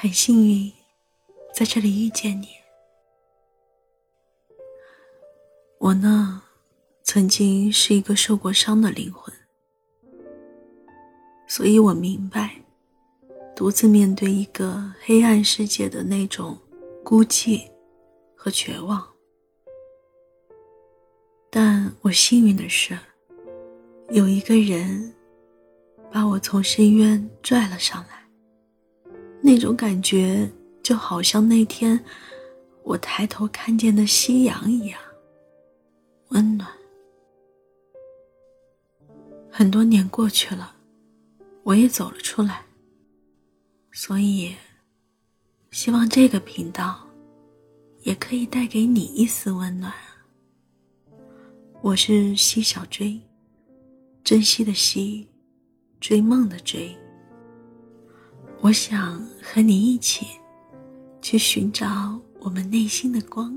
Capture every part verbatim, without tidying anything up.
很幸运在这里遇见你。我呢，曾经是一个受过伤的灵魂，所以我明白独自面对一个黑暗世界的那种孤寂和绝望。但我幸运的是，有一个人把我从深渊拽了上来，那种感觉就好像那天我抬头看见的夕阳一样温暖。很多年过去了，我也走了出来，所以希望这个频道也可以带给你一丝温暖。我是西小追，珍惜的惜，追梦的追。我想和你一起去寻找我们内心的光。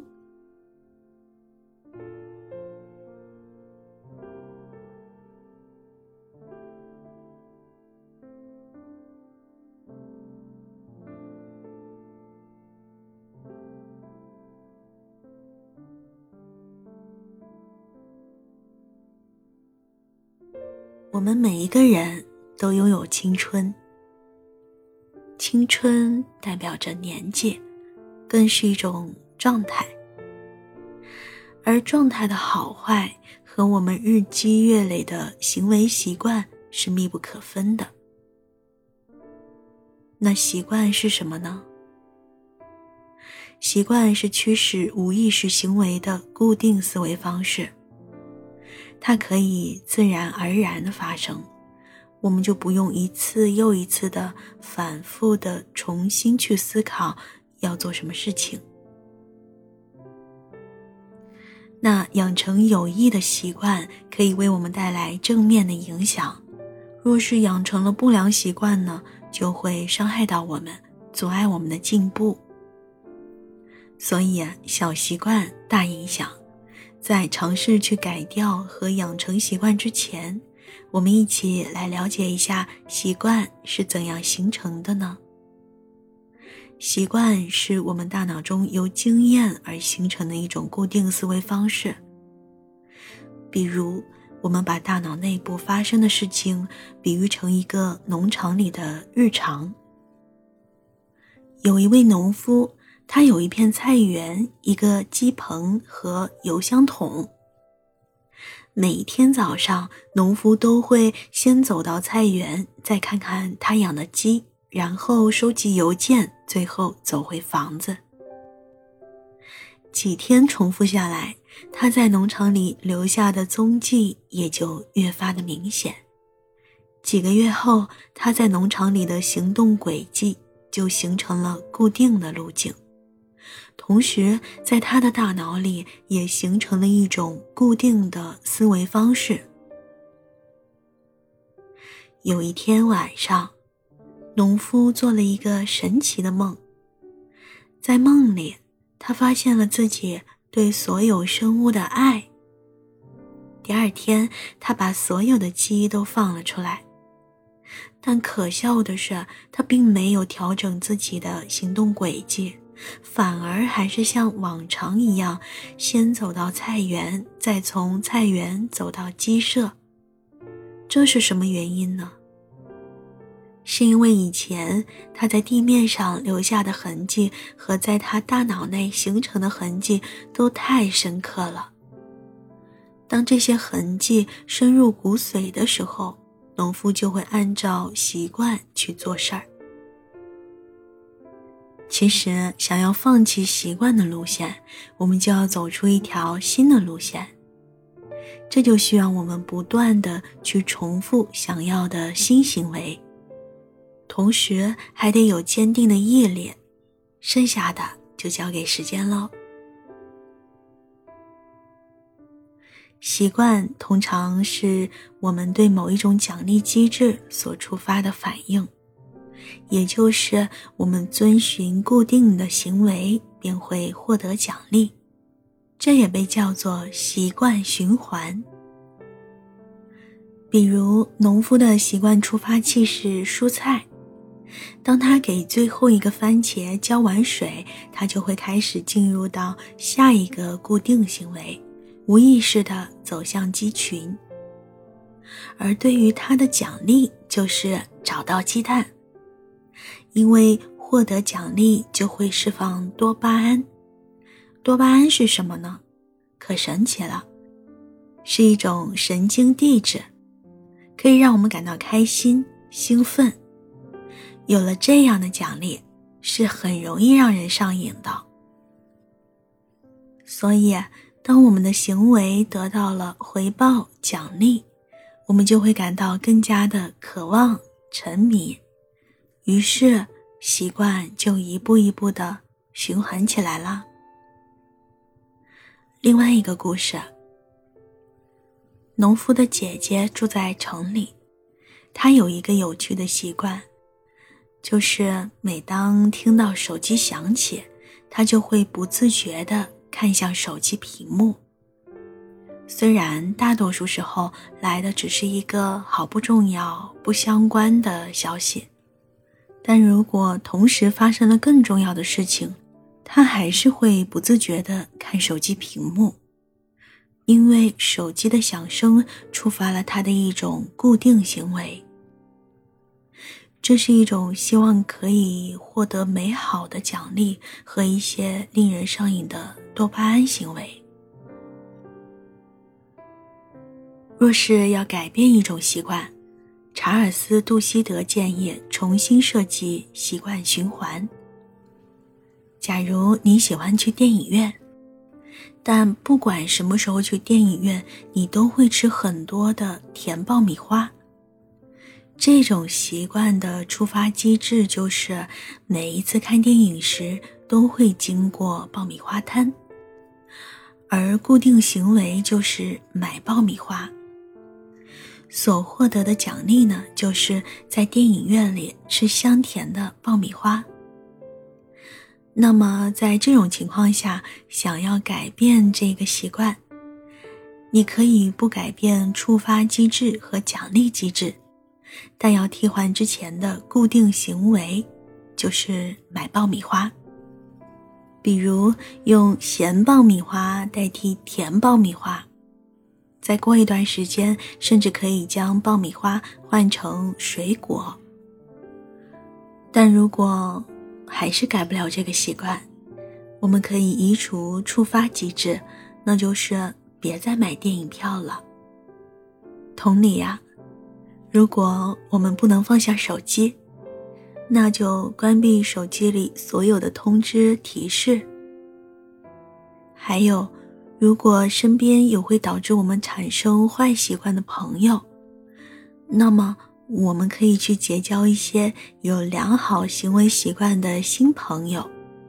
我们每一个人都拥有青春，青春代表着年纪，更是一种状态，而状态的好坏和我们日积月累的行为习惯是密不可分的。那习惯是什么呢？习惯是驱使无意识行为的固定思维方式，它可以自然而然地发生，我们就不用一次又一次地反复地重新去思考要做什么事情。那养成有益的习惯可以为我们带来正面的影响，若是养成了不良习惯呢，就会伤害到我们，阻碍我们的进步。所以啊，小习惯大影响。在尝试去改掉和养成习惯之前，我们一起来了解一下习惯是怎样形成的呢？习惯是我们大脑中由经验而形成的一种固定思维方式。比如，我们把大脑内部发生的事情比喻成一个农场里的日常。有一位农夫，他有一片菜园，一个鸡棚和油箱桶。每天早上，农夫都会先走到菜园，再看看他养的鸡，然后收集邮件，最后走回房子。几天重复下来，他在农场里留下的踪迹也就越发的明显。几个月后，他在农场里的行动轨迹就形成了固定的路径。同时在他的大脑里也形成了一种固定的思维方式。有一天晚上，农夫做了一个神奇的梦。在梦里，他发现了自己对所有生物的爱。第二天，他把所有的鸡都放了出来。但可笑的是，他并没有调整自己的行动轨迹，反而还是像往常一样，先走到菜园，再从菜园走到鸡舍。这是什么原因呢？是因为以前他在地面上留下的痕迹和在他大脑内形成的痕迹都太深刻了。当这些痕迹深入骨髓的时候，农夫就会按照习惯去做事儿。其实想要放弃习惯的路线，我们就要走出一条新的路线。这就需要我们不断地去重复想要的新行为，同时还得有坚定的毅力，剩下的就交给时间喽。习惯通常是我们对某一种奖励机制所触发的反应，也就是我们遵循固定的行为便会获得奖励，这也被叫做习惯循环。比如农夫的习惯触发器是蔬菜， 当他给最后一个番茄浇完水，他就会开始进入到下一个固定行为，无意识地走向鸡群。而对于他的奖励就是找到鸡蛋，因为获得奖励就会释放多巴胺。多巴胺是什么呢？可神奇了，是一种神经递质，可以让我们感到开心、兴奋。有了这样的奖励，是很容易让人上瘾的。所以，当我们的行为得到了回报、奖励，我们就会感到更加的渴望、沉迷，于是习惯就一步一步的循环起来了。另外一个故事，农夫的姐姐住在城里，她有一个有趣的习惯，就是每当听到手机响起，她就会不自觉地看向手机屏幕。虽然大多数时候来的只是一个毫不重要、不相关的消息，但如果同时发生了更重要的事情，他还是会不自觉地看手机屏幕，因为手机的响声触发了他的一种固定行为。这是一种希望可以获得美好的奖励和一些令人上瘾的多巴胺行为。若是要改变一种习惯，查尔斯·杜希德建议重新设计习惯循环。假如你喜欢去电影院，但不管什么时候去电影院，你都会吃很多的甜爆米花。这种习惯的触发机制就是每一次看电影时都会经过爆米花摊，而固定行为就是买爆米花。所获得的奖励呢，就是在电影院里吃香甜的爆米花。那么在这种情况下，想要改变这个习惯，你可以不改变触发机制和奖励机制，但要替换之前的固定行为，就是买爆米花。比如用咸爆米花代替甜爆米花，再过一段时间，甚至可以将爆米花换成水果。但如果还是改不了这个习惯，我们可以移除触发机制，那就是别再买电影票了。同理呀，如果我们不能放下手机，那就关闭手机里所有的通知提示。还有，如果身边有会导致我们产生坏习惯的朋友，那么我们可以去结交一些有良好行为习惯的新朋友。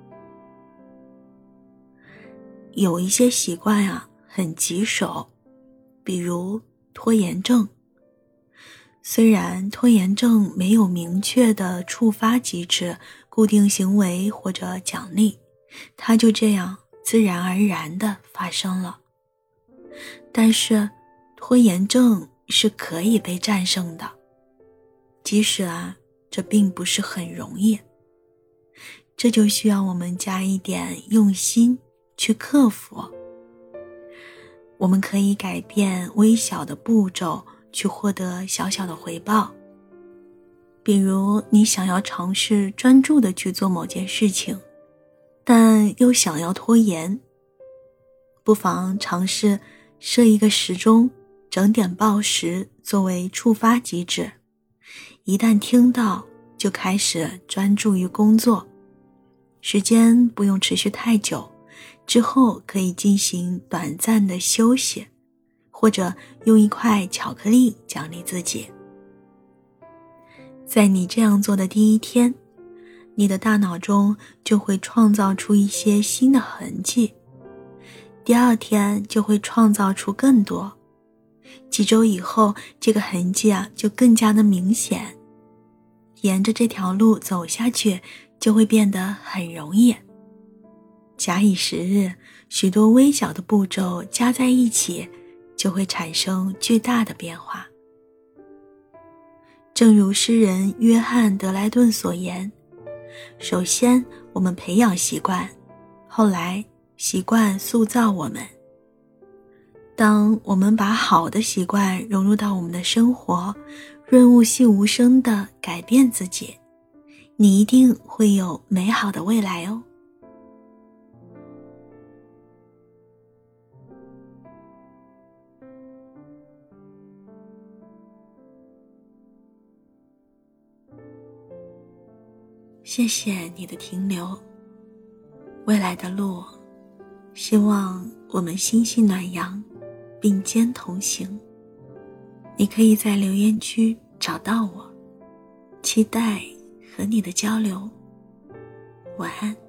有一些习惯啊，很棘手，比如拖延症。虽然拖延症没有明确的触发机制、固定行为或者奖励，它就这样自然而然地发生了。但是拖延症是可以被战胜的，即使啊，这并不是很容易。这就需要我们加一点用心去克服。我们可以改变微小的步骤，去获得小小的回报。比如你想要尝试专注地去做某件事情，但又想要拖延，不妨尝试设一个时钟，整点报时作为触发机制。一旦听到，就开始专注于工作，时间不用持续太久，之后可以进行短暂的休息，或者用一块巧克力奖励自己。在你这样做的第一天，你的大脑中就会创造出一些新的痕迹，第二天就会创造出更多，几周以后，这个痕迹啊就更加的明显。沿着这条路走下去，就会变得很容易。假以时日，许多微小的步骤加在一起，就会产生巨大的变化。 正如诗人约翰·德莱顿所言，首先我们培养习惯，后来习惯塑造我们。当我们把好的习惯融入到我们的生活，润物细无声地改变自己，你一定会有美好的未来哦。谢谢你的停留，未来的路，希望我们心系暖阳，并肩同行。你可以在留言区找到我，期待和你的交流。晚安。